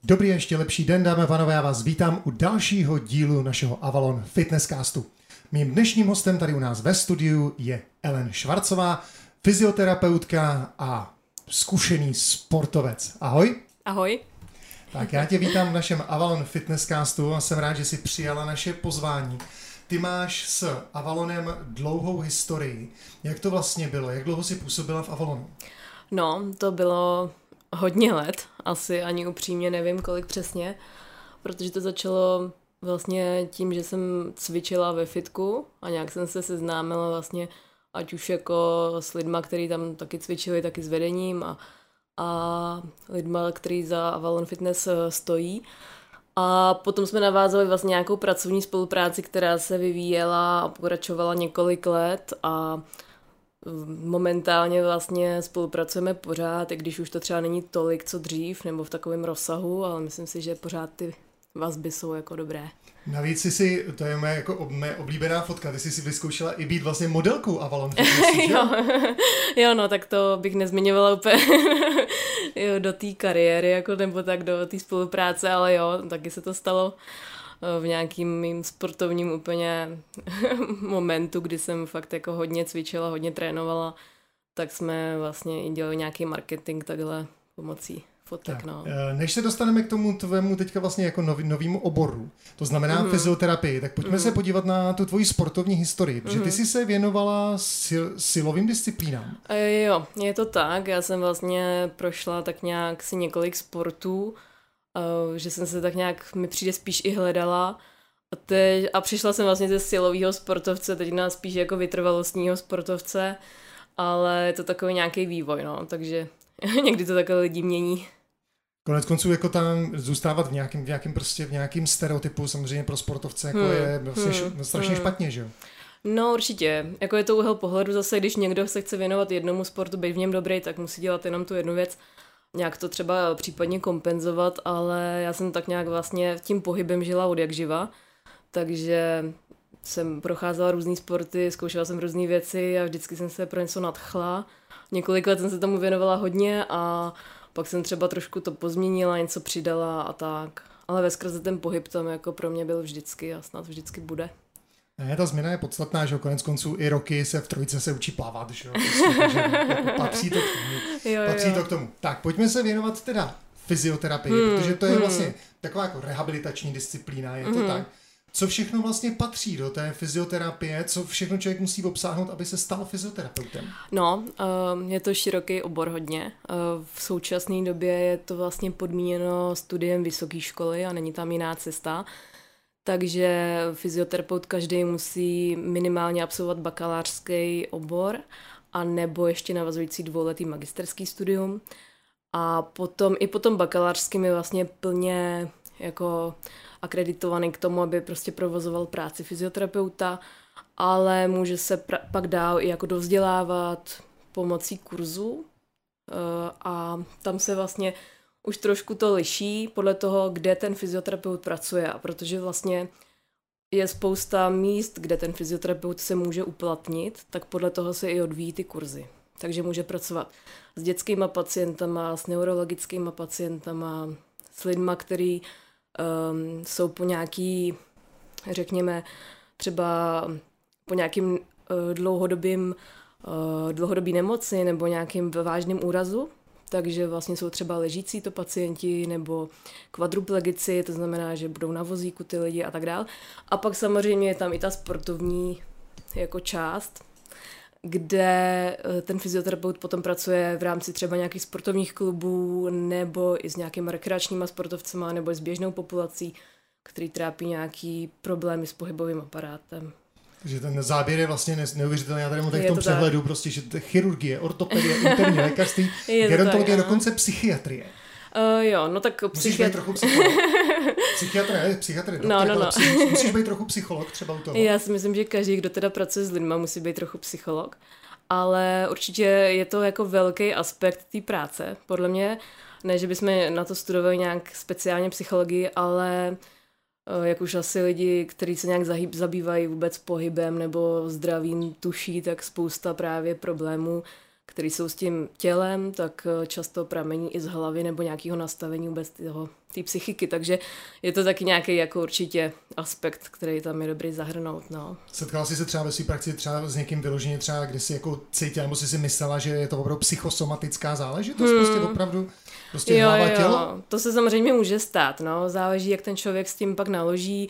Dobrý ještě lepší den, dámy a pánové, já vás vítám u dalšího dílu našeho Avalon Fitnesscastu. Mým dnešním hostem tady u nás ve studiu je Ellen Švarcová, fyzioterapeutka a zkušený sportovec. Ahoj. Ahoj. Tak já tě vítám v našem Avalon Fitnesscastu a jsem rád, že jsi přijala naše pozvání. Ty máš s Avalonem dlouhou historii. Jak to vlastně bylo? Jak dlouho jsi působila v Avalonu? No, to bylo hodně let, asi ani upřímně nevím, kolik přesně, protože to začalo vlastně tím, že jsem cvičila ve fitku a nějak jsem se seznámila vlastně ať už jako s lidma, kteří tam taky cvičili, taky s vedením a lidma, kteří za Avalon Fitness stojí. A potom jsme navázali vlastně nějakou pracovní spolupráci, která se vyvíjela a pokračovala několik let a momentálně vlastně spolupracujeme pořád, i když už to třeba není tolik, co dřív, nebo v takovém rozsahu, ale myslím si, že pořád ty vazby jsou jako dobré. Navíc to je moje oblíbená fotka, ty jsi si vyzkoušela i být vlastně modelkou Avalon Fitness, jo, no tak to bych nezmiňovala úplně do té kariéry, jako, nebo tak do té spolupráce, ale jo, taky se to stalo v nějakým mým sportovním úplně momentu, kdy jsem fakt jako hodně cvičila, hodně trénovala, tak jsme vlastně i dělali nějaký marketing takhle pomocí fotek. Tak, no. Než se dostaneme k tomu tvému teďka vlastně jako novýmu oboru, to znamená fyzioterapii, tak pojďme se podívat na tu tvoji sportovní historii, protože ty jsi se věnovala silovým disciplínám. Jo, je to tak, já jsem vlastně prošla tak nějak si několik sportů, že jsem se tak nějak, mi přijde spíš i hledala a přišla jsem vlastně ze silového sportovce, teď na spíš jako vytrvalostního sportovce, ale je to takový nějaký vývoj, no, takže někdy to takhle lidi mění. Konec konců jako tam zůstávat v nějakým stereotypu samozřejmě pro sportovce jako je vlastně strašně špatně, že jo? No určitě, jako je to úhel pohledu zase, když někdo se chce věnovat jednomu sportu, být v něm dobrý, tak musí dělat jenom tu jednu věc, nějak to třeba případně kompenzovat, ale já jsem tak nějak vlastně tím pohybem žila od jak živa, takže jsem procházela různý sporty, zkoušela jsem různé věci a vždycky jsem se pro něco nadchla. Několik let jsem se tomu věnovala hodně a pak jsem třeba trošku to pozměnila, něco přidala a tak. Ale veskrze ten pohyb tam jako pro mě byl vždycky a snad vždycky bude. Ne, ta změna je podstatná, že konec konců i roky se v trojce se učí plavat, že jo? Prostě, takže jako patří to k tomu. To k tomu. Tak, pojďme se věnovat teda fyzioterapii, protože to je vlastně taková jako rehabilitační disciplína, je to tak. Co všechno vlastně patří do té fyzioterapie, co všechno člověk musí obsáhnout, aby se stal fyzioterapeutem? No, je to široký obor hodně. V současné době je to vlastně podmíněno studiem vysoké školy a není tam jiná cesta. Takže fyzioterapeut každý musí minimálně absolvovat bakalářský obor a nebo ještě navazující 2letý magisterský studium. A potom i po tom bakalářským je vlastně plně jako akreditovaný k tomu, aby prostě provozoval práci fyzioterapeuta, ale může se pak dál i jako dovzdělávat pomocí kurzu a tam se vlastně už trošku to liší podle toho, kde ten fyzioterapeut pracuje, a protože vlastně je spousta míst, kde ten fyzioterapeut se může uplatnit, tak podle toho se i odvíjí ty kurzy. Takže může pracovat s dětskýma pacientama, s neurologickýma pacientama, s lidma, který jsou po nějaký, řekněme, třeba po nějakým dlouhodobý nemoci nebo nějakým vážným úrazu, takže vlastně jsou třeba ležící to pacienti nebo kvadruplegici, to znamená, že budou na vozíku ty lidi a tak dál. A pak samozřejmě je tam i ta sportovní jako část, kde ten fyzioterapeut potom pracuje v rámci třeba nějakých sportovních klubů nebo i s nějakými rekreačníma sportovcema nebo i s běžnou populací, který trápí nějaký problémy s pohybovým aparátem. Takže ten záběr je vlastně neuvěřitelný. Já tady mám v tom přehledu prostě, že to je chirurgie, ortopedie, interní lékařství, gerontologie, dokonce psychiatrie. Jo, no tak musíš být trochu psycholog. Psychiatr, musíš být trochu psycholog třeba u toho. Já si myslím, že každý, kdo teda pracuje s lidma, musí být trochu psycholog. Ale určitě je to jako velký aspekt té práce. Podle mě, ne, že bychom na to studovali nějak speciálně psychologii, ale jak už asi lidi, kteří se nějak zabývají vůbec pohybem nebo zdravím tuší, tak spousta právě problémů, který jsou s tím tělem, tak často pramení i z hlavy nebo nějakého nastavení vůbec té psychiky, takže je to taky nějaký jako určitě aspekt, který tam je dobrý zahrnout. No. Setkala jsi se třeba ve své praxi třeba s někým vyloženě třeba, kde jsi jako cítila, nebo jsi si myslela, že je to opravdu psychosomatická záležitost, prostě opravdu prostě hlava, tělo? To se samozřejmě může stát, no, záleží, jak ten člověk s tím pak naloží.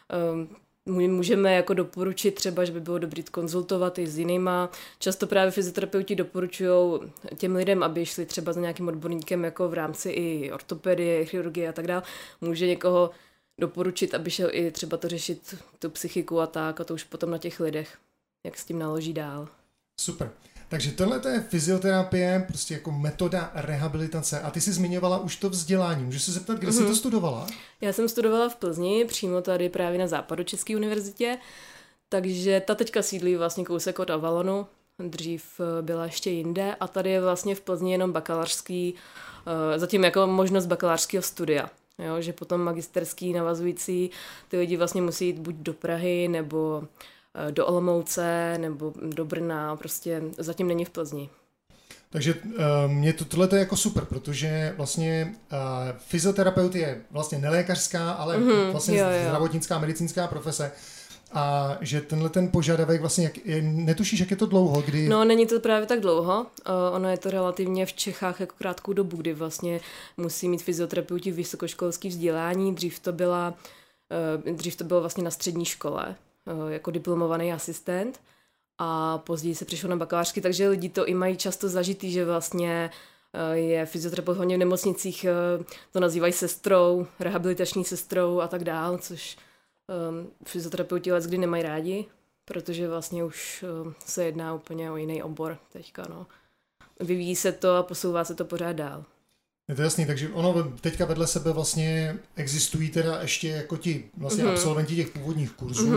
Můžeme jako doporučit třeba, že by bylo dobré konzultovat i s jinýma. Často právě fyzioterapeuti doporučují těm lidem, aby šli třeba za nějakým odborníkem jako v rámci i ortopedie, chirurgie a tak dále. Může někoho doporučit, aby šel i třeba to řešit tu psychiku a tak, a to už potom na těch lidech, jak s tím naloží dál. Super. Takže tohle je fyzioterapie, prostě jako metoda rehabilitace. A ty jsi zmiňovala už to vzdělání. Můžu se zeptat, kde jsi to studovala? Já jsem studovala v Plzni, přímo tady právě na Západočeské univerzitě, takže ta teďka sídlí vlastně kousek od Avalonu, dřív byla ještě jinde a tady je vlastně v Plzni jenom bakalářský, zatím jako možnost bakalářského studia. Jo, že potom magisterský navazující ty lidi vlastně musí jít buď do Prahy nebo do Olomouce nebo do Brna, prostě zatím není v Plzni. Takže mě tohle je jako super, protože vlastně fyzioterapeut je vlastně nelékařská, ale vlastně zdravotnická, medicínská profese. A že tenhle ten požadavek vlastně, netušíš, jak je to dlouho, kdy... No, není to právě tak dlouho. Ono je to relativně v Čechách jako krátkou dobu, kdy vlastně musí mít fyzioterapeuti vysokoškolské vzdělání. Dřív to bylo vlastně na střední škole, jako diplomovaný asistent a později se přišlo na bakalářky, takže lidi to i mají často zažitý, že vlastně je fyzioterapeut hlavně v nemocnicích, to nazývají sestrou, rehabilitační sestrou a tak dál, což fyzioterapeuti leckdy nemají rádi, protože vlastně už se jedná úplně o jiný obor teďka, no. Vyvíjí se to a posouvá se to pořád dál. Je to jasný, takže ono teďka vedle sebe vlastně existují teda ještě jako ti vlastně absolventi těch původních kurzů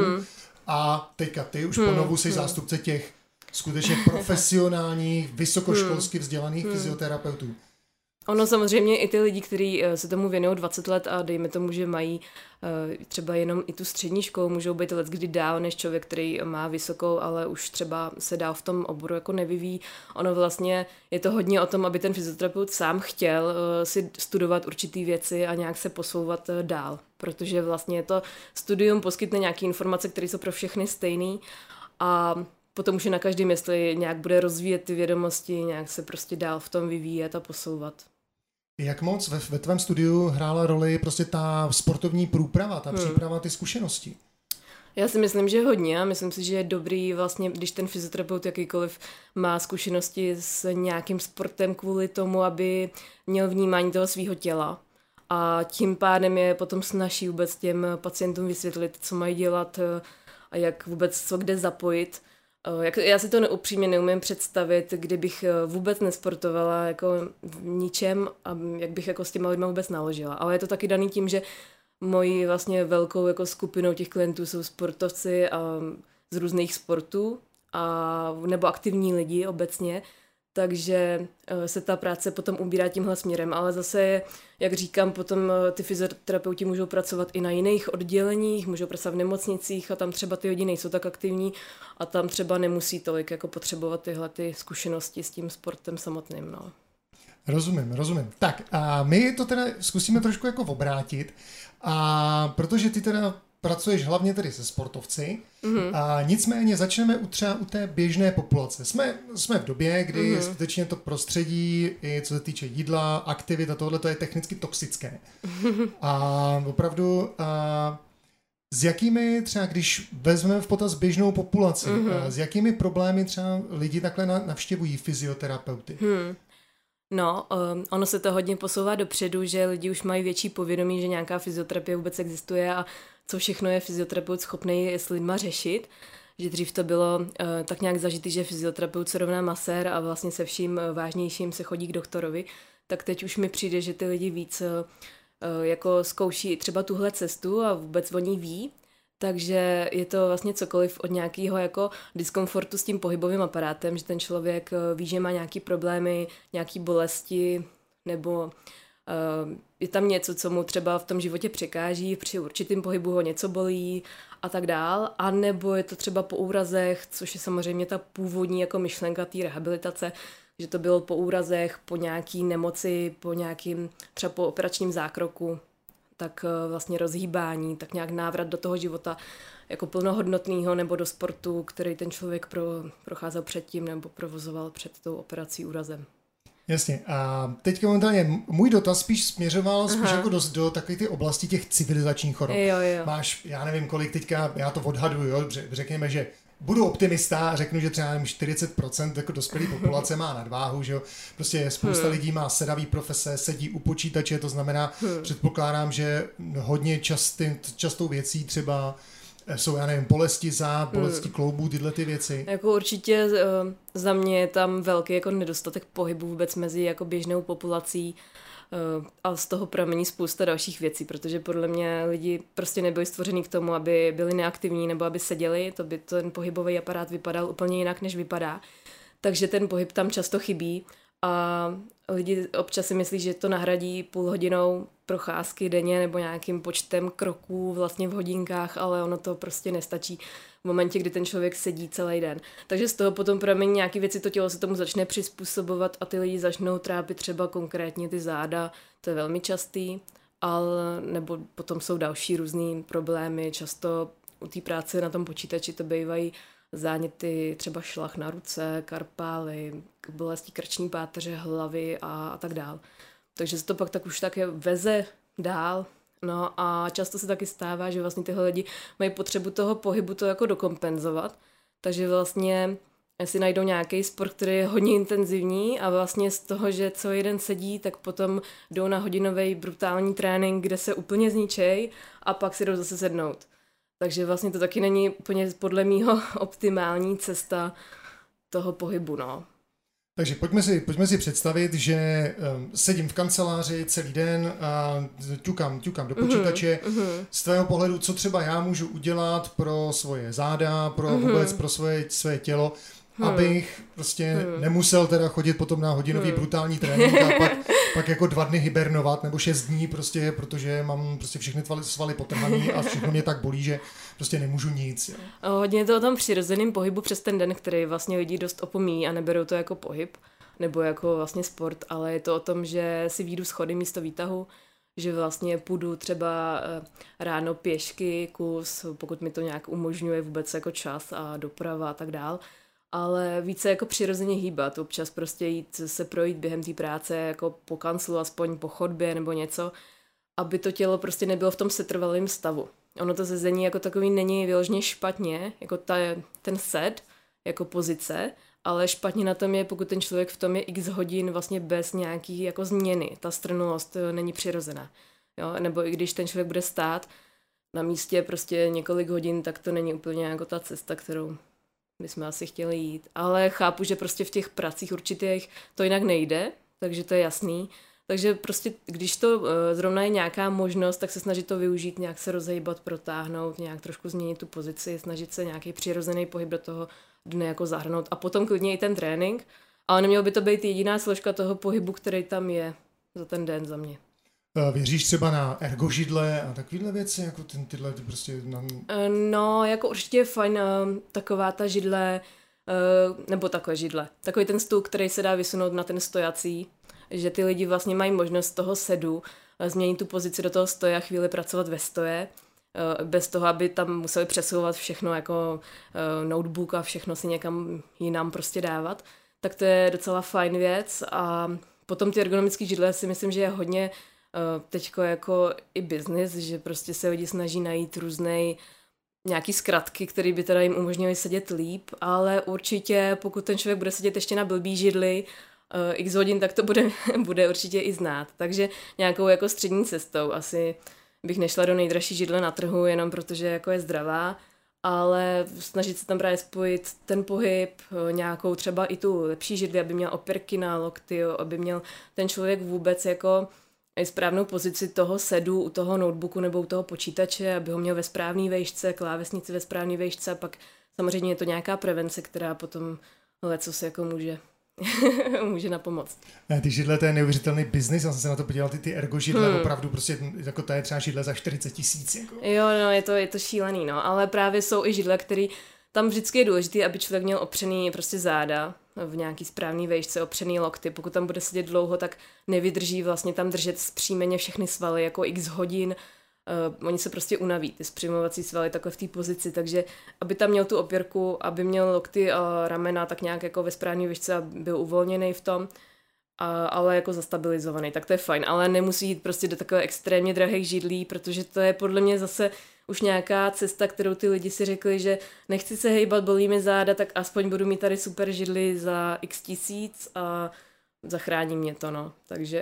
a teďka ty už ponovu jsi zástupce těch skutečně profesionálních, vysokoškolsky vzdělaných fyzioterapeutů. Ono samozřejmě i ty lidi, kteří se tomu věnují 20 let a dejme tomu, že mají třeba jenom i tu střední školu, můžou být leckdy dál než člověk, který má vysokou, ale už třeba se dál v tom oboru jako nevyvíjí. Ono vlastně je to hodně o tom, aby ten fyzioterapeut sám chtěl si studovat určitý věci a nějak se posouvat dál, protože vlastně to studium poskytne nějaké informace, které jsou pro všechny stejný a potom už je na každém, jestli nějak bude rozvíjet ty vědomosti, nějak se prostě dál v tom vyvíjet a posouvat. Jak moc ve tvém studiu hrála roli prostě ta sportovní průprava, ta příprava, ty zkušenosti? Já si myslím, že hodně. Myslím si, že je dobrý vlastně, když ten fyzioterapeut jakýkoliv má zkušenosti s nějakým sportem kvůli tomu, aby měl vnímání toho svého těla. A tím pádem je potom snazší vůbec těm pacientům vysvětlit, co mají dělat a jak vůbec co kde zapojit. Já si to neupřímně neumím představit, kdybych vůbec nesportovala jako v ničem a jak bych jako s těma lidma vůbec naložila. Ale je to taky daný tím, že mojí vlastně velkou jako skupinou těch klientů jsou sportovci z různých sportů nebo aktivní lidi obecně, takže se ta práce potom ubírá tímhle směrem, ale zase, jak říkám, potom ty fyzioterapeuti můžou pracovat i na jiných odděleních, můžou pracovat v nemocnicích a tam třeba ty lidi nejsou tak aktivní a tam třeba nemusí tolik jako potřebovat tyhle ty zkušenosti s tím sportem samotným, no. Rozumím. Tak a my to teda zkusíme trošku jako obrátit, a protože ty teda pracuješ hlavně tedy se sportovci, a nicméně začneme třeba u té běžné populace. Jsme v době, kdy skutečně to prostředí, i co se týče jídla, aktivit a tohle, to je technicky toxické. A opravdu s jakými třeba, když vezmeme v potaz běžnou populaci, s jakými problémy třeba lidi takhle navštěvují fyzioterapeuty? No, ono se to hodně posouvá dopředu, že lidi už mají větší povědomí, že nějaká fyzioterapie vůbec existuje a co všechno je fyzioterapeut schopný s lidma řešit. Že dřív to bylo tak nějak zažitý, že fyzioterapeut se rovná masér a vlastně se vším vážnějším se chodí k doktorovi. Tak teď už mi přijde, že ty lidi víc jako zkouší třeba tuhle cestu a vůbec o ní ví. Takže je to vlastně cokoliv od nějakého jako diskomfortu s tím pohybovým aparátem, že ten člověk ví, že má nějaké problémy, nějaké bolesti, nebo je tam něco, co mu třeba v tom životě překáží, při určitém pohybu ho něco bolí a tak dál, a nebo je to třeba po úrazech, což je samozřejmě ta původní jako myšlenka té rehabilitace, že to bylo po úrazech, po nějaký nemoci, po nějakým třeba po operačním zákroku, tak vlastně rozhýbání, tak nějak návrat do toho života jako plnohodnotného nebo do sportu, který ten člověk procházel předtím nebo provozoval před tou operací úrazem. Jasně. A teďka momentálně můj dotaz spíš směřoval spíš jako do takové ty oblasti těch civilizačních chorob. Jo. Máš, já nevím kolik teďka, já to odhaduju, jo, řekněme, že budu optimista a řeknu, že třeba 40% jako dospělé populace má nadváhu, že jo. Prostě spousta lidí má sedavý profese, sedí u počítače, to znamená, předpokládám, že hodně častou věcí třeba jsou, já nevím, bolesti zád, bolesti kloubů, tyhle ty věci. Jako určitě za mě je tam velký jako nedostatek pohybu vůbec mezi jako běžnou populací a z toho pramení spousta dalších věcí, protože podle mě lidi prostě nebyli stvoření k tomu, aby byli neaktivní nebo aby seděli, to by ten pohybový aparát vypadal úplně jinak, než vypadá. Takže ten pohyb tam často chybí a lidi občas si myslí, že to nahradí půl hodinou procházky denně nebo nějakým počtem kroků vlastně v hodinkách, ale ono to prostě nestačí v momentě, kdy ten člověk sedí celý den. Takže z toho potom pramení nějaké věci, to tělo se tomu začne přizpůsobovat a ty lidi začnou trápit třeba konkrétně ty záda, to je velmi častý, ale nebo potom jsou další různý problémy, často u té práce na tom počítači to bývají záněty, třeba šlach na ruce, karpály, bolesti krční páteře, hlavy a tak dál. Takže se to pak tak už také veze dál. No a často se taky stává, že vlastně tyhle lidi mají potřebu toho pohybu to jako dokompenzovat. Takže vlastně si najdou nějaký sport, který je hodně intenzivní a vlastně z toho, že celý den sedí, tak potom jdou na hodinový brutální trénink, kde se úplně zničej a pak si jdou zase sednout. Takže vlastně to taky není úplně podle mýho optimální cesta toho pohybu, no. Takže pojďme si představit, že sedím v kanceláři celý den a ťukám do počítače. Z tvého pohledu, co třeba já můžu udělat pro svoje záda, pro vůbec pro své tělo, abych prostě nemusel teda chodit potom na hodinový brutální trénink a pak jako 2 dny hibernovat nebo 6 dní prostě, protože mám prostě všechny svaly potrhaný a všechno mě tak bolí, že prostě nemůžu nic. Jo. Hodně je to o tom přirozeném pohybu přes ten den, který vlastně lidi dost opomíjí a neberou to jako pohyb nebo jako vlastně sport, ale je to o tom, že si vyjdu schody místo výtahu, že vlastně půjdu třeba ráno pěšky kus, pokud mi to nějak umožňuje vůbec jako čas a doprava a tak dál. Ale více jako přirozeně hýbat, občas prostě jít se projít během té práce jako po kanclu, aspoň po chodbě nebo něco, aby to tělo prostě nebylo v tom setrvalém stavu. Ono to sezení jako takový není vyloženě špatně, jako ten set, jako pozice, ale špatně na tom je, pokud ten člověk v tom je x hodin vlastně bez nějaký jako změny. Ta strnulost není přirozená. Jo? Nebo i když ten člověk bude stát na místě prostě několik hodin, tak to není úplně jako ta cesta, kterou bychom asi chtěli jít. Ale chápu, že prostě v těch pracích určitých to jinak nejde, takže to je jasný. Takže prostě, když to zrovna je nějaká možnost, tak se snažit to využít, nějak se rozhejbat, protáhnout, nějak trošku změnit tu pozici, snažit se nějaký přirozený pohyb do toho dne jako zahrnout a potom klidně i ten trénink, ale nemělo by to být jediná složka toho pohybu, který tam je za ten den za mě. Věříš třeba na ergožidle a takovéhle věci, jako tyhle prostě... No, jako určitě je fajn taková ta židle, nebo takové židle. Takový ten stůl, který se dá vysunout na ten stojací, že ty lidi vlastně mají možnost z toho sedu změnit tu pozici do toho stoje a chvíli pracovat ve stoje, bez toho, aby tam museli přesouvat všechno jako notebook a všechno si někam jinam prostě dávat. Tak to je docela fajn věc a potom ty ergonomické židle si myslím, že je hodně teďko jako i business, že prostě se lidi snaží najít různé nějaký zkratky, které by teda jim umožnily sedět líp, ale určitě pokud ten člověk bude sedět ještě na blbý židli x hodin, tak to bude určitě i znát. Takže nějakou jako střední cestou asi bych nešla do nejdražší židle na trhu, jenom protože jako je zdravá, ale snažit se tam právě spojit ten pohyb, nějakou třeba i tu lepší židli, aby měl opěrky na lokty, aby měl ten člověk vůbec jako správnou pozici toho sedu u toho notebooku nebo u toho počítače, aby ho měl ve správné vejšce, klávesnici ve správné vejšce a pak samozřejmě je to nějaká prevence, která potom lecos jako může napomoct. Ne, ty židle, to je neuvěřitelný biznis, já jsem se na to podíval, ty ergo židle, opravdu prostě, jako to je třeba židle za 40 000. Jako. Jo, no, je to šílený, no, ale právě jsou i židle, který tam vždycky je důležité, aby člověk měl opřený prostě záda, v nějaký správný vejšce, opřený lokty. Pokud tam bude sedět dlouho, tak nevydrží vlastně tam držet zpříjmeně všechny svaly jako x hodin. Oni se prostě unaví, ty zpříjmovací svaly takhle v té pozici, takže aby tam měl tu opěrku, aby měl lokty a ramena tak nějak jako ve správné výšce a byl uvolněný v tom, ale jako zastabilizovaný, tak to je fajn, ale nemusí jít prostě do takové extrémně drahých židlí, protože to je podle mě zase už nějaká cesta, kterou ty lidi si řekli, že nechci se hejbat, bolí mi záda, tak aspoň budu mít tady super židli za x tisíc a zachrání mě to, no, takže...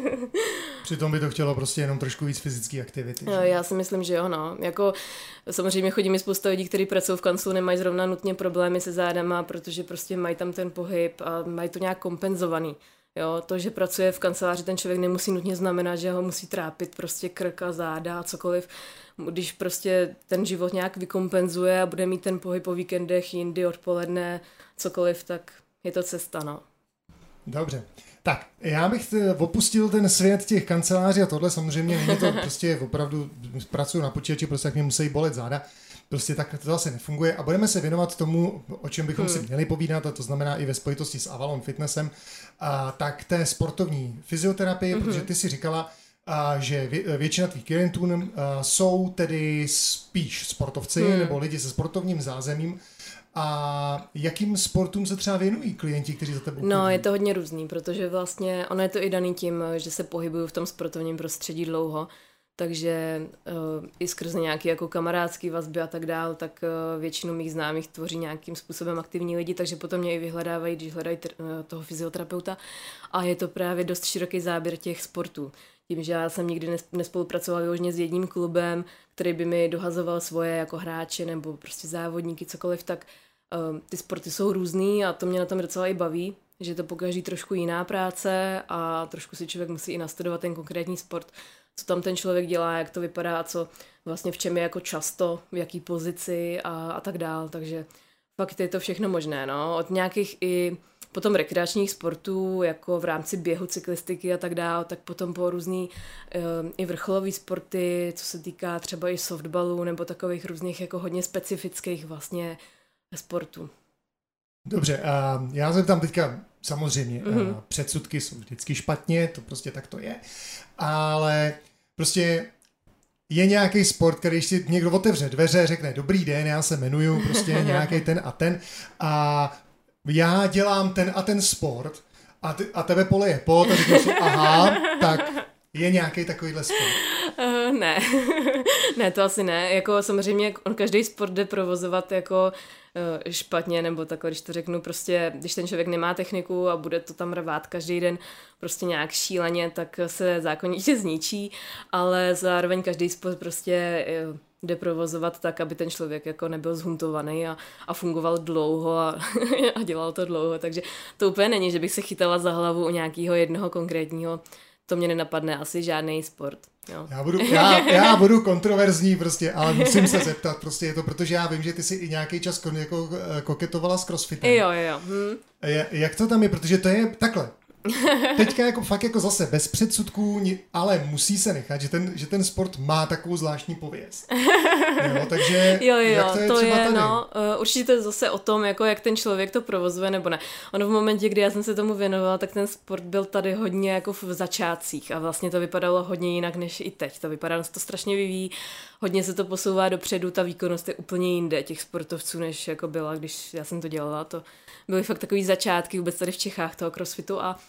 Přitom by to chtělo prostě jenom trošku víc fyzické aktivity. No, já si myslím, že jo, no. Jako, samozřejmě chodí mi spousta lidí, kteří pracují v kanclu, nemají zrovna nutně problémy se zádama, protože prostě mají tam ten pohyb a mají to nějak kompenzovaný. Jo, to, že pracuje v kanceláři, ten člověk nemusí nutně znamenat, že ho musí trápit prostě krk a záda a cokoliv. Když prostě ten život nějak vykompenzuje a bude mít ten pohyb po víkendech, jindy, odpoledne, cokoliv, tak je to cesta, no. Dobře. Tak, já bych opustil ten svět těch kanceláří a tohle samozřejmě není to prostě opravdu, pracuji na počítači, prostě tak mě musí bolet záda. Prostě tak to zase nefunguje a budeme se věnovat tomu, o čem bychom si měli povídat, a to znamená i ve spojitosti s Avalon Fitnessem, tak té sportovní fyzioterapii, protože ty si říkala, že většina tvých klientů jsou tedy spíš sportovci nebo lidi se sportovním zázemím. A jakým sportům se třeba věnují klienti, kteří za tebou chodí? No, je to hodně různý, protože vlastně ono je to i daný tím, že se pohybuju v tom sportovním prostředí dlouho, takže i skrze nějaké jako kamarádský vazby a tak dál, tak většinu mých známých tvoří nějakým způsobem aktivní lidi, takže potom mě i vyhledávají, když hledají toho fyzioterapeuta a je to právě dost široký záběr těch sportů. Tím, že já jsem nikdy nespolupracovala vyloženě s jedním klubem, který by mi dohazoval svoje jako hráče nebo prostě závodníky, cokoliv, tak ty sporty jsou různý a to mě na tom docela i baví, že to pokaždé trošku jiná práce a trošku si člověk musí i nastudovat ten konkrétní sport, co tam ten člověk dělá, jak to vypadá a co vlastně v čem je jako často, v jaký pozici a tak dál, takže fakt je to všechno možné, no, od nějakých i potom rekreačních sportů, jako v rámci běhu, cyklistiky a tak dál, tak potom po různý i vrcholový sporty, co se týká třeba i softballu nebo takových různých jako hodně specifických vlastně sportů. Dobře, já se tam teďka samozřejmě, předsudky jsou vždycky špatně, to prostě tak to je, ale prostě je nějaký sport, který si někdo otevře dveře, řekne dobrý den, já se jmenuju prostě nějaký ten a já dělám ten a ten sport a tebe poleje pot a řeknu si, aha, tak je nějaký takovýhle sport. Ne, ne, to asi ne. Jako samozřejmě on každý sport jde provozovat jako špatně, nebo takhle, když to řeknu, prostě, když ten člověk nemá techniku a bude to tam rvát každý den prostě nějak šíleně, tak se zákonitě zničí, ale zároveň každý sport prostě jde provozovat tak, aby ten člověk jako nebyl zhuntovaný a fungoval dlouho a dělal to dlouho, takže to úplně není, že bych se chytala za hlavu u nějakého jednoho konkrétního, to mě nenapadne asi žádný sport. Jo. Já budu kontroverzní prostě, ale musím se zeptat, prostě je to, protože já vím, že ty jsi i nějaký čas jako koketovala s crossfitem. Jo. Jak to tam je, protože to je takhle. Teďka jako fakt jako zase bez předsudků, ale musí se nechat, že ten sport má takovou zvláštní pověst. Jo, takže jak to je třeba tady? No, určitě to je zase o tom, jako jak ten člověk to provozuje nebo ne. Ono v momentě, kdy já jsem se tomu věnovala, tak ten sport byl tady hodně jako v začátcích a vlastně to vypadalo hodně jinak než i teď. To vypadá, to strašně vyvíjí, hodně se to posouvá dopředu, ta výkonnost je úplně jinde těch sportovců, než jako byla, když já jsem to dělala. To byly fakt takový začátky vůbec tady v Čechách toho crossfitu a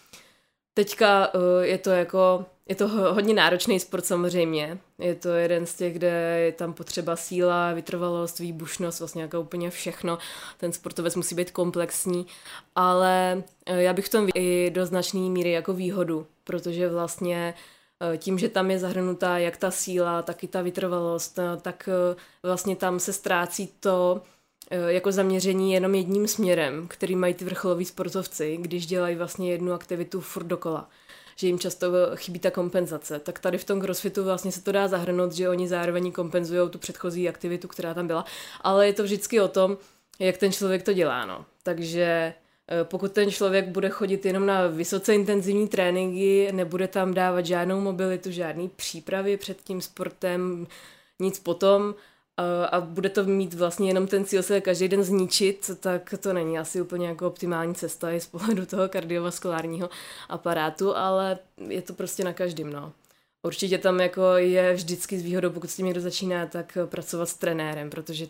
teďka je to hodně náročný sport samozřejmě. Je to jeden z těch, kde je tam potřeba síla, vytrvalost, výbušnost, vlastně jako úplně všechno. Ten sportovec musí být komplexní, ale já bych v tom i do značné míry jako výhodu, protože vlastně tím, že tam je zahrnutá jak ta síla, tak i ta vytrvalost, tak vlastně tam se ztrácí to jako zaměření jenom jedním směrem, který mají ty vrcholoví sportovci, když dělají vlastně jednu aktivitu furt dokola. Že jim často chybí ta kompenzace. Tak tady v tom crossfitu vlastně se to dá zahrnout, že oni zároveň kompenzují tu předchozí aktivitu, která tam byla, ale je to vždycky o tom, jak ten člověk to dělá. No. Takže pokud ten člověk bude chodit jenom na vysoce intenzivní tréninky, nebude tam dávat žádnou mobilitu, žádný přípravy před tím sportem, nic potom, a bude to mít vlastně jenom ten cíl se každý den zničit, tak to není asi úplně jako optimální cesta i z pohledu toho kardiovaskulárního aparátu, ale je to prostě na každým, no. Určitě tam jako je vždycky s výhodou, pokud s tím někdo začíná, tak pracovat s trenérem, protože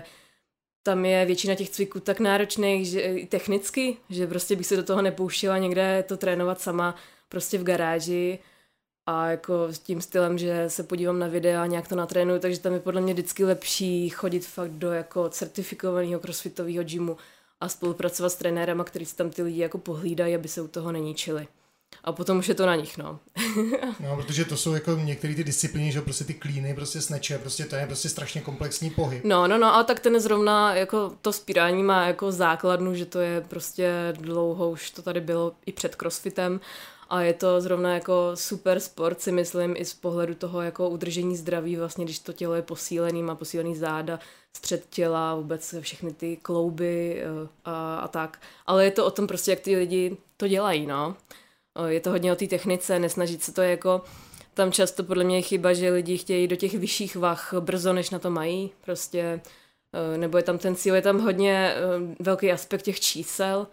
tam je většina těch cviků tak náročných, že i technicky, že prostě bych se do toho nepouštila někde to trénovat sama prostě v garáži a jako s tím stylem, že se podívám na videa a nějak to natrénuju, takže tam je podle mě vždycky lepší chodit fakt do jako certifikovaného crossfitového gymu a spolupracovat s trenérama, který si tam ty lidi jako pohlídají, aby se u toho neníčili. A potom už je to na nich, no. No, protože to jsou jako některé ty disciplíny, že prostě ty klíny, prostě sneče, prostě to je prostě strašně komplexní pohyb. No, a tak ten zrovna jako to vzpírání má jako základnu, že to je prostě dlouho, už to tady bylo i před crossfitem a je to zrovna jako super sport, si myslím, i z pohledu toho jako udržení zdraví, vlastně když to tělo je posílený, má posílený záda, střed těla, vůbec všechny ty klouby a tak. Ale je to o tom prostě, jak ty lidi to dělají, no. Je to hodně o té technice, nesnažit se to jako, tam často podle mě je chyba, že lidi chtějí do těch vyšších vah brzo, než na to mají, prostě, nebo je tam ten cíl, je tam hodně velký aspekt těch čísel,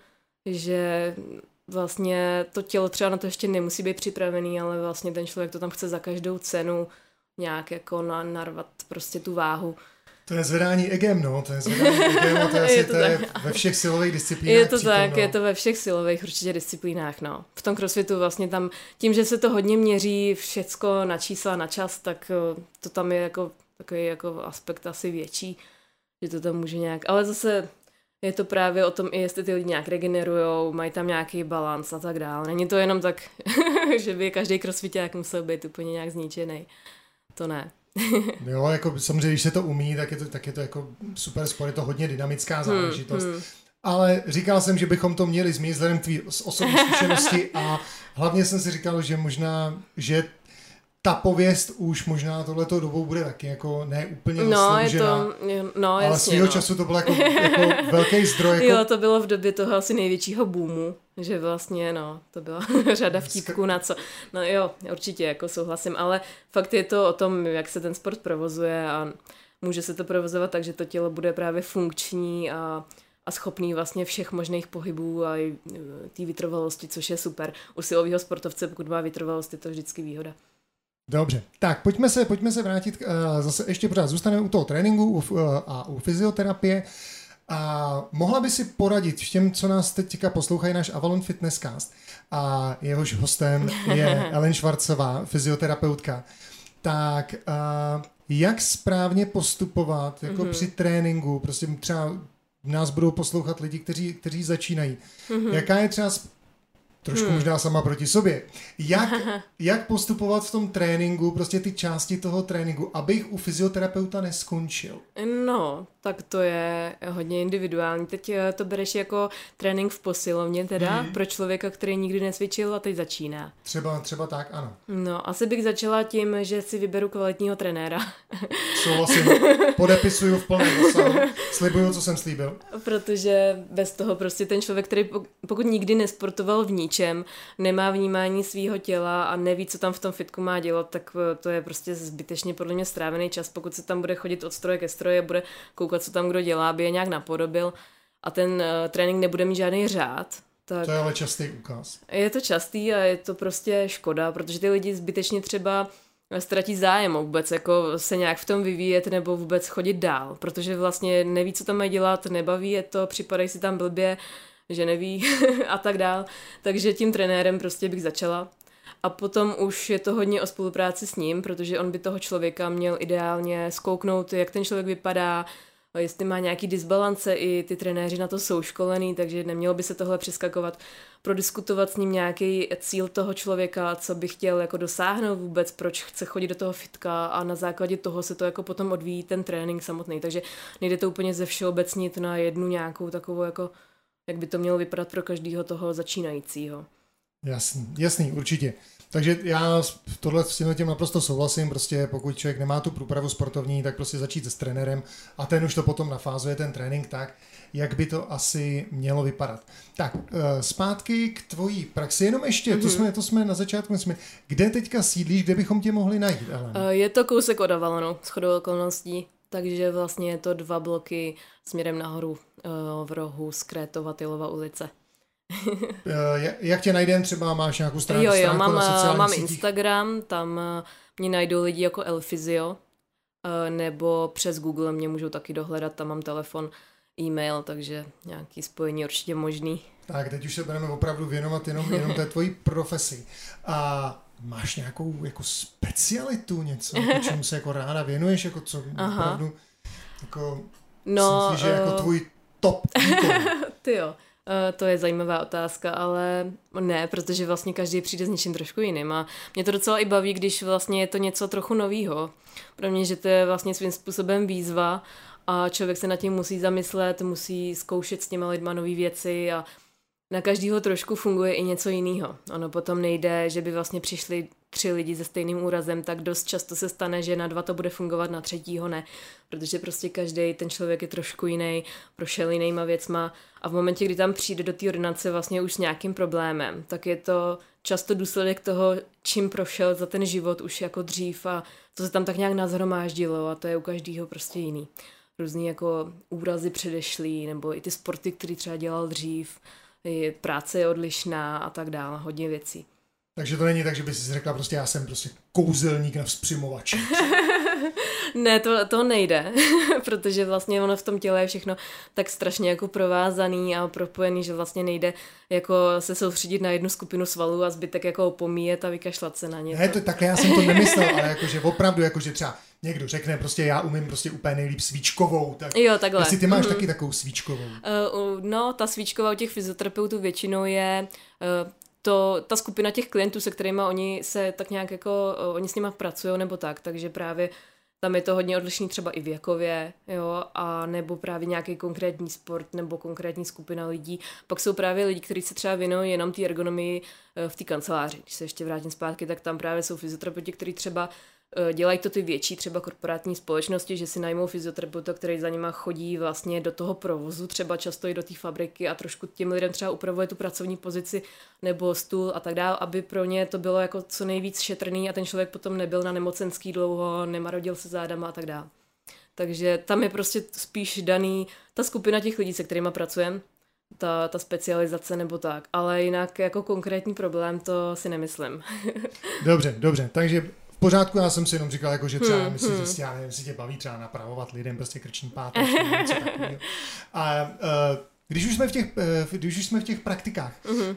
že vlastně to tělo třeba na to ještě nemusí být připravený, ale vlastně ten člověk to tam chce za každou cenu nějak jako narvat prostě tu váhu. To je zvedání egem, no, to je asi to je ve všech silových disciplínách. Je to tak, je to ve všech silových určitě disciplínách, no. V tom crossfitu vlastně tam, tím, že se to hodně měří všecko na čísla, na čas, tak to tam je jako takový jako aspekt asi větší, že to tam může nějak, ale zase je to právě o tom, i jestli ty lidi nějak regenerujou, mají tam nějaký balans a tak dále. Není to jenom tak, že by každý crossfiták musel být úplně nějak zničený. To ne. Jo, jako samozřejmě, když se to umí, tak je to jako super sport, je to hodně dynamická záležitost. Ale říkal jsem, že bychom to měli zmínit vzhledem k tvý osobní zkušenosti a hlavně jsem si říkal, že možná, že ta pověst už možná tohleto dobou bude taky jako ne úplně zasloužená. Ale svýho času to bylo jako velký zdroj. Jako... Jo, to bylo v době toho asi největšího boomu, že vlastně, to byla řada vtipků na co. No jo, určitě, jako souhlasím, ale fakt je to o tom, jak se ten sport provozuje a může se to provozovat tak, že to tělo bude právě funkční a schopný vlastně všech možných pohybů a i té vytrvalosti, což je super. U silového sportovce, pokud má vytrvalost, je to vždycky výhoda. Dobře, tak pojďme se vrátit, zase ještě pořád zůstaneme u toho tréninku a u fyzioterapie. A mohla by si poradit všem, co nás teďka poslouchají, náš Avalon Fitnesscast a jehož hostem je Ellen Schwartzová, fyzioterapeutka. Tak jak správně postupovat jako při tréninku, prostě třeba nás budou poslouchat lidi, kteří začínají. Jaká je třeba trošku možná sama proti sobě. Jak postupovat v tom tréninku, prostě ty části toho tréninku, abych u fyzioterapeuta neskončil? No, tak to je hodně individuální. Teď to bereš jako trénink v posilovně teda, pro člověka, který nikdy necvičil a teď začíná. Třeba tak, ano. No, asi bych začala tím, že si vyberu kvalitního trenéra. Souhlasím, podepisuju v plném dosahu, slibuju, co jsem slíbil. Protože bez toho prostě ten člověk, který pokud nikdy nesportoval v ničem, nemá vnímání svého těla a neví, co tam v tom fitku má dělat, tak to je prostě zbytečně podle mě strávený čas, pokud se tam bude chodit od stroje ke stroji, bude koukat, co tam kdo dělá, aby je nějak napodobil a ten trénink nebude mít žádný řád. Tak to je ale častý úkaz. Je to častý a je to prostě škoda, protože ty lidi zbytečně třeba ztratí zájem vůbec jako se nějak v tom vyvíjet nebo vůbec chodit dál, protože vlastně neví, co tam mají dělat, nebaví je to, připadají si tam blbě, že neví a tak dál. Takže tím trenérem prostě bych začala. A potom už je to hodně o spolupráci s ním, protože on by toho člověka měl ideálně zkouknout, jak ten člověk vypadá, jestli má nějaký disbalance, i ty trenéři na to jsou školený, takže nemělo by se tohle přeskakovat, prodiskutovat s ním nějaký cíl toho člověka, co by chtěl jako dosáhnout vůbec, proč chce chodit do toho fitka a na základě toho se to jako potom odvíjí ten trénink samotný, takže nejde to úplně ze všeobecnit na jednu nějakou takovou jako, jak by to mělo vypadat pro každého toho začínajícího. Jasný, určitě. Takže já tohle s tím naprosto souhlasím, prostě pokud člověk nemá tu průpravu sportovní, tak prostě začít s trenérem a ten už to potom nafázuje ten trénink tak, jak by to asi mělo vypadat. Tak, zpátky k tvojí praxi, jenom ještě, to jsme na začátku, kde teďka sídlíš, kde bychom tě mohli najít, Ellen? Je to kousek od Avalonu, shodou okolností. takže vlastně je to 2 bloky směrem nahoru v rohu z Krétova Tylova ulice. Jak tě najdem, třeba máš nějakou stránku na sociálních mám sítích? Instagram, tam mě najdou lidi jako Elfizio, nebo přes Google mě můžou taky dohledat, tam mám telefon, e-mail, takže nějaký spojení určitě možný. Tak, teď už se budeme opravdu věnovat jenom té tvojí profesi. A máš nějakou jako specialitu, něco, čemu se jako ráda věnuješ, jako co opravdu, jako, myslím si, že jako tvůj top výkon. Tyjo. To je zajímavá otázka, ale ne, protože vlastně každý přijde s něčím trošku jiným a mě to docela i baví, když vlastně je to něco trochu novýho. Pro mě, že to je vlastně svým způsobem výzva a člověk se nad tím musí zamyslet, musí zkoušet s těma lidma nový věci a na každýho trošku funguje i něco jiného. Ono potom nejde, že by vlastně přišli 3 lidi se stejným úrazem, tak dost často se stane, že na 2 to bude fungovat, na 3. ne. Protože prostě každý ten člověk je trošku jiný, prošel jinýma věcma a v momentě, kdy tam přijde do té ordinace vlastně už s nějakým problémem, tak je to často důsledek toho, čím prošel za ten život už jako dřív a co se tam tak nějak nazhromáždilo a to je u každého prostě jiný. Různý jako úrazy předešlý nebo i ty sporty, který třeba dělal dřív, práce je odlišná a tak dále, hodně věcí. Takže to není tak, že by si řekla prostě já jsem prostě kouzelník na vzpřimovači. Ne, to nejde, protože vlastně ono v tom těle je všechno tak strašně jako provázaný a propojený, že vlastně nejde jako se soustředit na jednu skupinu svalů a zbytek jako opomíjet a vykašlat se na ně. Ne, takhle já jsem to nemyslel, ale jakože opravdu, jakože třeba někdo řekne prostě já umím prostě úplně nejlíp svíčkovou, tak jo, takhle. Jestli ty máš taky takovou svíčkovou. No, ta svíčková u těch fyzioterapeutů většinou je ta skupina těch klientů, se kterými oni se tak nějak jako, oni s nima pracují nebo tak, takže právě tam je to hodně odlišný třeba i věkově, jo, a nebo právě nějaký konkrétní sport nebo konkrétní skupina lidí. Pak jsou právě lidi, kteří se třeba věnují jenom té ergonomii v té kanceláři. Když se ještě vrátím zpátky, tak tam právě jsou fyzioterapeuti, kteří třeba dělají to ty větší třeba korporátní společnosti, že si najmou fyzioterapeuta, který za nima chodí vlastně do toho provozu, třeba často i do té fabriky a trošku těm lidem třeba upravuje tu pracovní pozici nebo stůl a tak dále, aby pro ně to bylo jako co nejvíc šetrný a ten člověk potom nebyl na nemocenský dlouho, nemarodil se zádama a tak dále. Takže tam je prostě spíš daný ta skupina těch lidí, se kterýma pracujeme, ta specializace nebo tak, ale jinak jako konkrétní problém to si nemyslím. Dobře, takže v pořádku, já jsem si jenom říkal, jako, že třeba myslím, že já nevím, jestli tě baví třeba napravovat lidem prostě krční páteř, něco takového. A když už jsme v těch praktikách,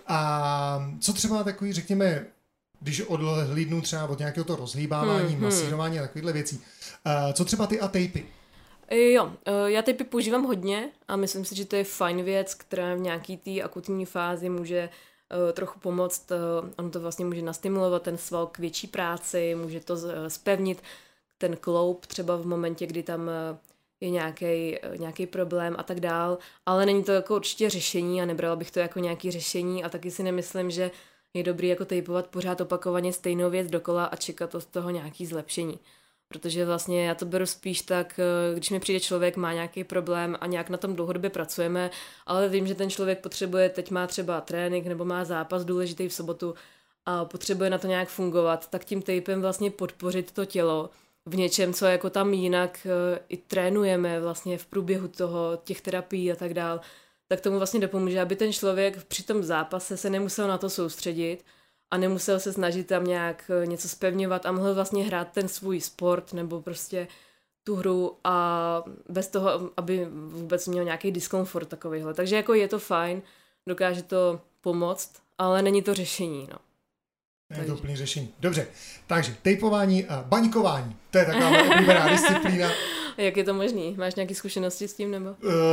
a co třeba takový, řekněme, když odhlídnu třeba od nějakého to rozhýbávání, masírování a takovýhle věcí, co třeba ty a tejpy? Jo, já tejpy používám hodně a myslím si, že to je fajn věc, která v nějaký té akutní fázi může trochu pomoct, on to vlastně může nastimulovat ten sval k větší práci, může to zpevnit ten kloup třeba v momentě, kdy tam je nějaký problém a tak dál, ale není to jako určitě řešení a nebrala bych to jako nějaký řešení a taky si nemyslím, že je dobrý jako tejpovat pořád opakovaně stejnou věc dokola a čekat od toho nějaký zlepšení. Protože vlastně já to beru spíš tak, když mi přijde člověk, má nějaký problém a nějak na tom dlouhodobě pracujeme, ale vím, že ten člověk potřebuje, teď má třeba trénink nebo má zápas důležitý v sobotu a potřebuje na to nějak fungovat, tak tím tejpem vlastně podpořit to tělo v něčem, co jako tam jinak i trénujeme vlastně v průběhu těch terapií a tak dál, tak tomu vlastně dopomůže, aby ten člověk při tom zápase se nemusel na to soustředit a nemusel se snažit tam nějak něco zpevňovat a mohl vlastně hrát ten svůj sport nebo prostě tu hru a bez toho, aby vůbec měl nějaký diskomfort takovýhle. Takže jako je to fajn, dokáže to pomoct, ale není to řešení, no. Je to úplný řešení. Dobře, takže tejpování a baňkování, to je taková moje oblíbená disciplína. Jak je to možný? Máš nějaké zkušenosti s tím, nebo?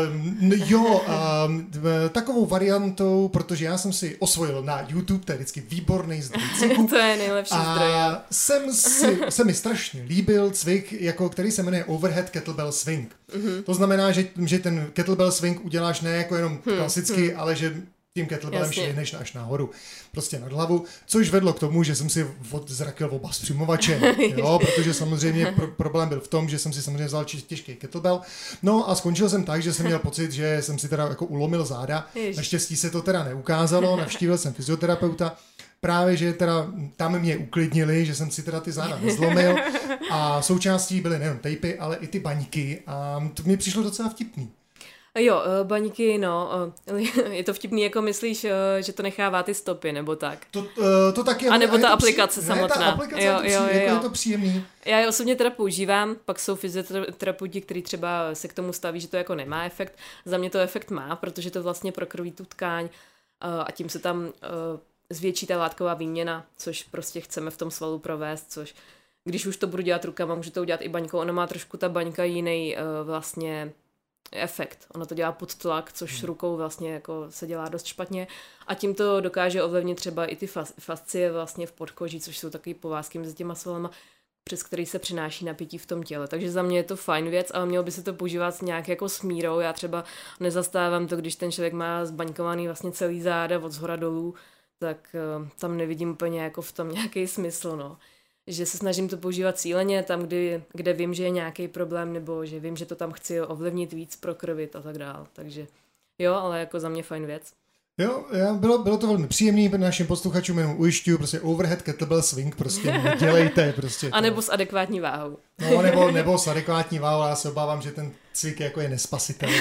Takovou variantou, protože já jsem si osvojil na YouTube, to je vždycky výborný zdroj cviku. To je nejlepší zdroj. A se mi strašně líbil cvik, jako, který se jmenuje Overhead Kettlebell Swing. To znamená, že ten kettlebell swing uděláš ne jako jenom klasicky, ale že tím kettlebellem švihneš až nahoru, prostě nad hlavu, což vedlo k tomu, že jsem si zrakil oba vzpřimovače, jo, protože samozřejmě problém byl v tom, že jsem si samozřejmě vzal těžký kettlebell, no a skončil jsem tak, že jsem měl pocit, že jsem si teda jako ulomil záda, naštěstí se to teda neukázalo, navštívil jsem fyzioterapeuta, právě, že teda tam mě uklidnili, že jsem si teda ty záda nezlomil a součástí byly nejen tejpy, ale i ty baňky a to mi přišlo docela vtipný. Jo, baňky, no, je to vtipný, jako myslíš, že to nechává ty stopy, nebo tak? To taky. A nebo ta aplikace samotná. Ta aplikace jo. Je to příjemný. Já je osobně teda používám, pak jsou fyzioterapeuti, kteří třeba se k tomu staví, že to jako nemá efekt. Za mě to efekt má, protože to vlastně prokrví tu tkáň a tím se tam zvětší ta látková výměna, což prostě chceme v tom svalu provést, což když už to budu dělat rukama, můžu to udělat i baňkou. Ona má trošku ta baňka jiný vlastně efekt. Ono to dělá pod tlak, což s rukou vlastně jako se dělá dost špatně a tím to dokáže ovlivnit třeba i ty fascie vlastně v podkoží, což jsou takový povázky mezi těma svalama, přes který se přináší napětí v tom těle. Takže za mě je to fajn věc, ale mělo by se to používat nějak jako s mírou. Já třeba nezastávám to, když ten člověk má zbaňkovaný vlastně celý záda od zhora dolů, tak tam nevidím úplně jako v tom nějaký smysl, no. Že se snažím to používat cíleně tam, kde vím, že je nějaký problém, nebo že vím, že to tam chci ovlivnit víc, prokrvit a tak dál. Takže jo, ale jako za mě fajn věc. Jo, bylo to velmi příjemný, našim posluchačům jenom ujišťuju, prostě overhead kettlebell swing, prostě nedělejte. Prostě a nebo s adekvátní váhou. No, nebo s adekvátní váhou, já se obávám, že ten cvik jako je nespasitelný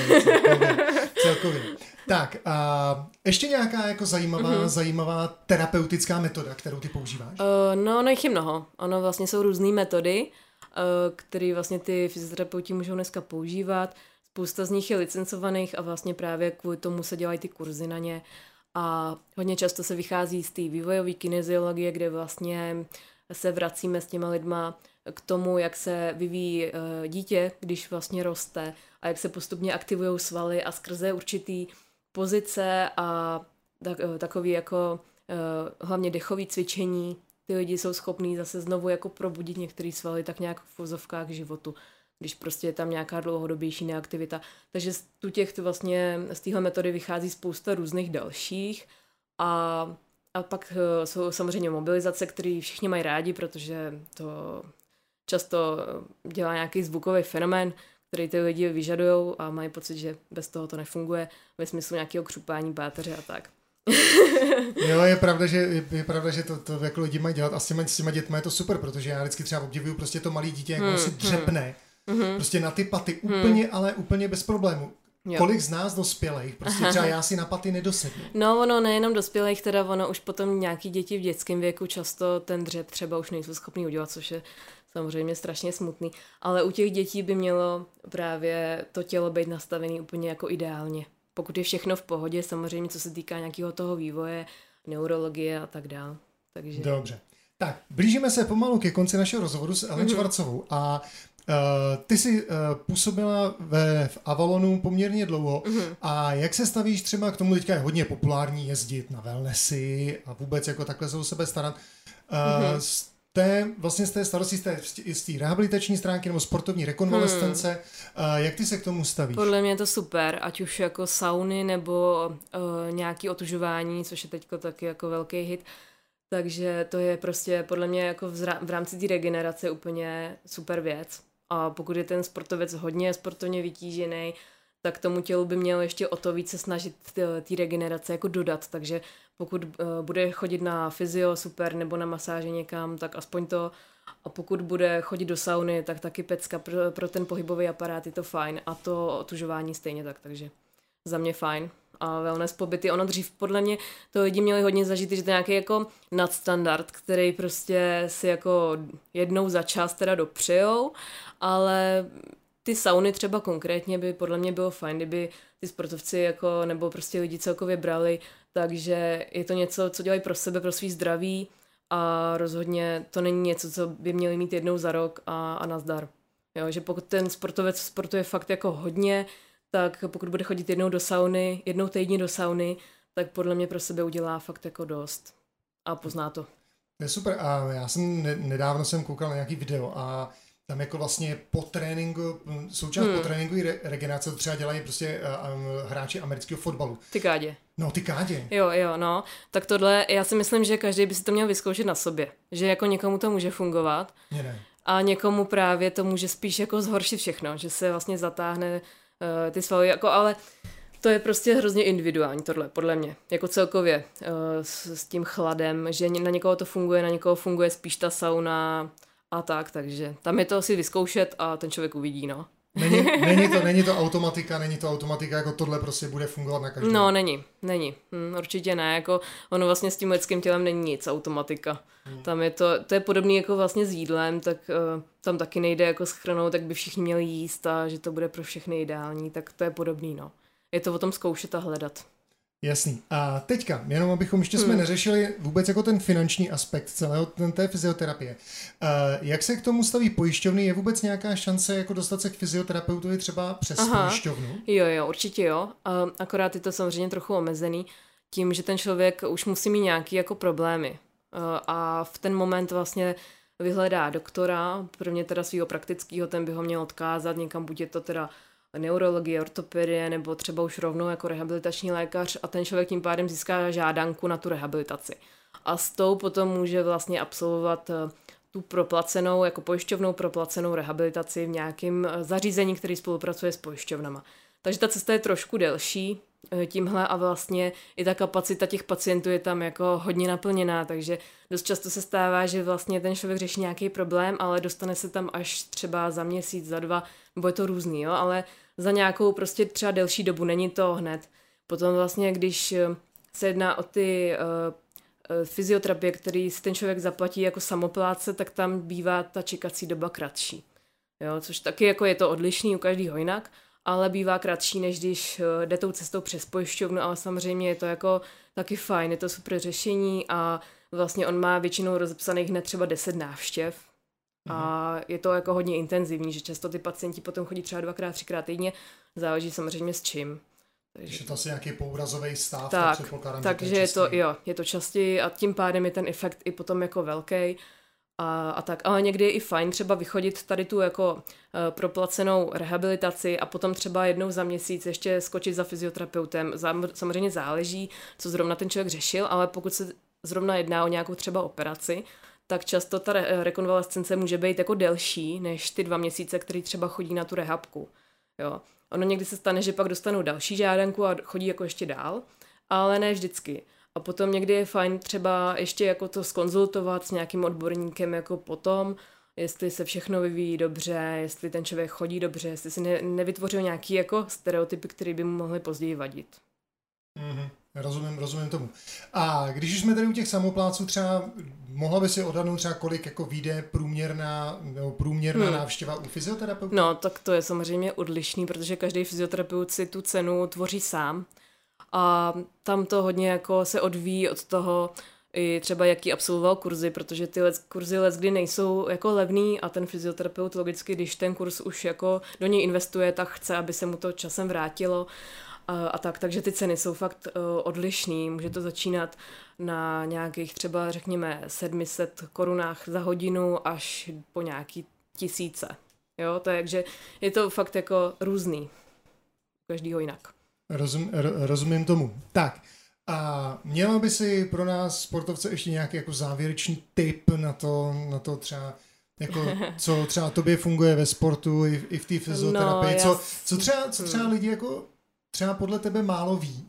celkově. Tak, a ještě nějaká jako zajímavá terapeutická metoda, kterou ty používáš? No jich je mnoho. Ono vlastně jsou různé metody, které vlastně ty fyzioterapeuti můžou dneska používat. Spousta z nich je licencovaných a vlastně právě kvůli tomu se dělají ty kurzy na ně. A hodně často se vychází z té vývojové kineziologie, kde vlastně se vracíme s těma lidma k tomu, jak se vyvíjí dítě, když vlastně roste a jak se postupně aktivují svaly a skrze určitý pozice a takový jako hlavně dechový cvičení ty lidi jsou schopní zase znovu jako probudit některé svaly tak nějak v vozovkách k životu, když prostě je tam nějaká dlouhodobější neaktivita. Takže z téhle metody vychází spousta různých dalších a pak jsou samozřejmě mobilizace, které všichni mají rádi, protože to často dělá nějaký zvukový fenomén, který ty lidi vyžadujou a mají pocit, že bez toho to nefunguje ve smyslu nějakého křupání páteře a tak. Jo, je pravda, že to jako lidi mají dělat a s těma dětma je to super, protože já vždycky třeba obdivuju prostě to malé dítě, jak si dřepne prostě na ty paty úplně bez problému. Jo. Kolik z nás dospělých, prostě třeba já si na paty nedosednu. No ono nejenom dospělých, teda ono už potom nějaký děti v dětském věku často ten dřep třeba už nejsou schopný udělat, což je samozřejmě strašně smutný. Ale u těch dětí by mělo právě to tělo být nastavené úplně jako ideálně. Pokud je všechno v pohodě, samozřejmě co se týká nějakého toho vývoje, neurologie a tak dále. Takže... Dobře. Tak, blížíme se pomalu ke konci našeho rozhovoru s Ellen Schwartzovou a ty jsi působila v Avalonu poměrně dlouho a jak se stavíš třeba k tomu, teďka je hodně populární jezdit na wellnessy a vůbec jako takhle se o sebe starat. Z té starosti, z té rehabilitační stránky nebo sportovní rekonvalescence, jak ty se k tomu stavíš? Podle mě je to super, ať už jako sauny nebo nějaký otužování, což je teďko taky jako velký hit. Takže to je prostě podle mě jako v rámci té regenerace úplně super věc. A pokud je ten sportovec hodně sportovně vytížený, tak tomu tělu by mělo ještě o to více snažit té regenerace jako dodat. Takže pokud bude chodit na fyzio, super, nebo na masáže někam, tak aspoň to. A pokud bude chodit do sauny, tak taky pecka pro ten pohybový aparát je to fajn. A to otužování stejně tak, takže za mě fajn. A wellness pobyty, ono dřív podle mě to lidi měli hodně zažít, že to je nějaký jako nadstandard, který prostě si jako jednou za čas teda dopřejou, ale ty sauny třeba konkrétně by podle mě bylo fajn, kdyby ty sportovci jako, nebo prostě lidi celkově brali, takže je to něco, co dělají pro sebe, pro svý zdraví a rozhodně to není něco, co by měli mít jednou za rok a nazdar. Jo, že pokud ten sportovec sportuje fakt jako hodně, tak pokud bude chodit jednou týdně do sauny, tak podle mě pro sebe udělá fakt jako dost a pozná to. To je super a já jsem nedávno koukal na nějaký video a tam jako vlastně po tréninku, součást po tréninku regenerace to třeba dělají prostě hráči amerického fotbalu. Ty kádě. No, ty kádě. Jo, no. Tak tohle, já si myslím, že každý by si to měl vyzkoušet na sobě. Že jako někomu to může fungovat. Ne. A někomu právě to může spíš jako zhoršit všechno. Že se vlastně zatáhne ty svaly, jako, ale To je prostě hrozně individuální tohle, podle mě. Jako celkově s tím chladem, že na někoho to funguje, na někoho funguje spíš ta sauna a tak, takže tam je to si vyzkoušet a ten člověk uvidí, no. Není to automatika, jako tohle prostě bude fungovat na každém. No, není. Určitě ne, jako ono vlastně s tím lidským tělem není nic automatika. Tam je to je podobný jako vlastně s jídlem, tak tam taky nejde jako shrnout, tak by všichni měli jíst a že to bude pro všechny ideální, tak to je podobný, no. Je to o tom zkoušet a hledat. Jasný. A teďka, jenom abychom ještě jsme neřešili vůbec jako ten finanční aspekt celého té fyzioterapie. Jak se k tomu staví pojišťovny? Je vůbec nějaká šance jako dostat se k fyzioterapeutovi třeba přes pojišťovnu? Jo, určitě jo. Akorát je to samozřejmě trochu omezený tím, že ten člověk už musí mít nějaký jako problémy. A v ten moment vlastně vyhledá doktora, prvně teda svýho praktického, ten by ho měl odkázat někam, buď je to teda neurologie, ortopedie nebo třeba už rovnou jako rehabilitační lékař a ten člověk tím pádem získá žádanku na tu rehabilitaci. A s tou potom může vlastně absolvovat tu proplacenou, jako pojišťovnou proplacenou rehabilitaci v nějakém zařízení, který spolupracuje s pojišťovnama. Takže ta cesta je trošku delší tímhle a vlastně i ta kapacita těch pacientů je tam jako hodně naplněná, takže dost často se stává, že vlastně ten člověk řeší nějaký problém, ale dostane se tam až třeba za měsíc, za 2, nebo je to různý, jo, ale za nějakou prostě třeba delší dobu, není to hned. Potom vlastně, když se jedná o ty fyzioterapie, který si ten člověk zaplatí jako samoplátce, tak tam bývá ta čekací doba kratší. Jo, což taky jako je to odlišný u každého jinak, ale bývá kratší, než když jde tou cestou přes pojišťovnu, ale samozřejmě je to jako taky fajn, je to super řešení a vlastně on má většinou rozepsaných hned třeba 10 návštěv a je to jako hodně intenzivní, že často ty pacienti potom chodí třeba 2x, 3x týdně, záleží samozřejmě s čím. Takže to asi nějaký pourazový stav, tak předpokládám, takže je to častěji a tím pádem je ten efekt i potom jako velký. A tak, ale někdy je i fajn třeba vychodit tady tu jako proplacenou rehabilitaci a potom třeba jednou za měsíc ještě skočit za fyzioterapeutem. Samozřejmě záleží, co zrovna ten člověk řešil, ale pokud se zrovna jedná o nějakou třeba operaci, tak často ta rekonvalescence může být jako delší než ty 2 měsíce, který třeba chodí na tu rehabku. Jo. Ono někdy se stane, že pak dostanou další žádanku a chodí jako ještě dál, ale ne vždycky. A potom někdy je fajn třeba ještě jako to zkonzultovat s nějakým odborníkem jako potom, jestli se všechno vyvíjí dobře, jestli ten člověk chodí dobře, jestli si nevytvořil nějaký jako stereotypy, které by mu mohly později vadit. Rozumím tomu. A když už jsme tady u těch samopláců, třeba mohla by si odhadnout třeba kolik jako vyjde průměrná návštěva u fyzioterapeuta? No, tak to je samozřejmě odlišný, protože každý fyzioterapeut si tu cenu tvoří sám. A tam to hodně jako se odvíjí od toho, i třeba jaký absolvoval kurzy, protože ty kurzy leckdy nejsou jako levný a ten fyzioterapeut logicky, když ten kurz už jako do něj investuje, tak chce, aby se mu to časem vrátilo a tak, takže ty ceny jsou fakt odlišný. Může to začínat na nějakých třeba řekněme 700 korunách za hodinu až po nějaký 1000. Jo, takže je to fakt jako různý. Každýho jinak. Rozumím tomu. Tak, a měla by si pro nás sportovce ještě nějaký jako závěrečný tip na to třeba, jako, co třeba tobě funguje ve sportu i v té fyzioterapii, no, co třeba lidi jako třeba podle tebe málo ví?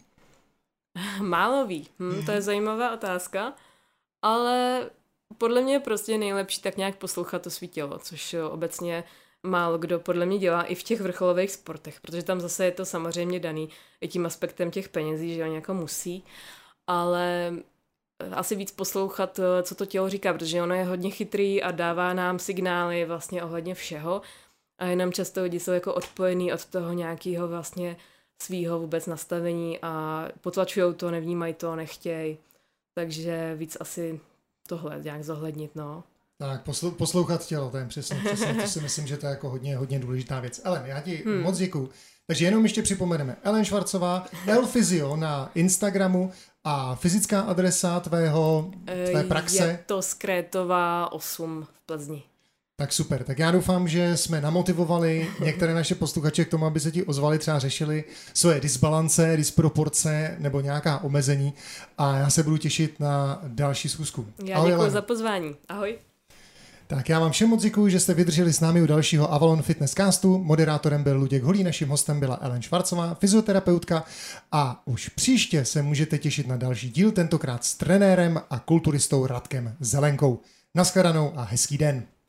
Málo ví, to je zajímavá otázka, ale podle mě je prostě nejlepší tak nějak poslouchat to svý tělo, což obecně málo kdo podle mě dělá i v těch vrcholových sportech, protože tam zase je to samozřejmě daný i tím aspektem těch penězí, že oni jako musí, ale asi víc poslouchat, co to tělo říká, protože ono je hodně chytrý a dává nám signály vlastně ohledně všeho a jenom často lidi jsou jako odpojený od toho nějakého vlastně svýho vůbec nastavení a potlačujou to, nevnímají to, nechtějí, takže víc asi tohle nějak zohlednit, no. Tak, poslouchat tělo, to je přesně, to si myslím, že to je jako hodně důležitá věc. Ellen, já ti moc děkuju. Takže jenom ještě připomeneme, Ellen Švarcová, Elfysio na Instagramu a fyzická adresa tvé praxe. Je to Skrétová 8 v Plzni. Tak super, tak já doufám, že jsme namotivovali některé naše posluchače k tomu, aby se ti ozvali, třeba řešili svoje disbalance, disproporce nebo nějaká omezení a já se budu těšit na další schůzku. Já děkuji za pozvání. Ahoj. Tak já vám všem moc děkuji, že jste vydrželi s námi u dalšího Avalon Fitness Castu. Moderátorem byl Luděk Holý, naším hostem byla Ellen Švarcová, fyzioterapeutka, a už příště se můžete těšit na další díl, tentokrát s trenérem a kulturistou Radkem Zelenkou. Naschledanou a hezký den.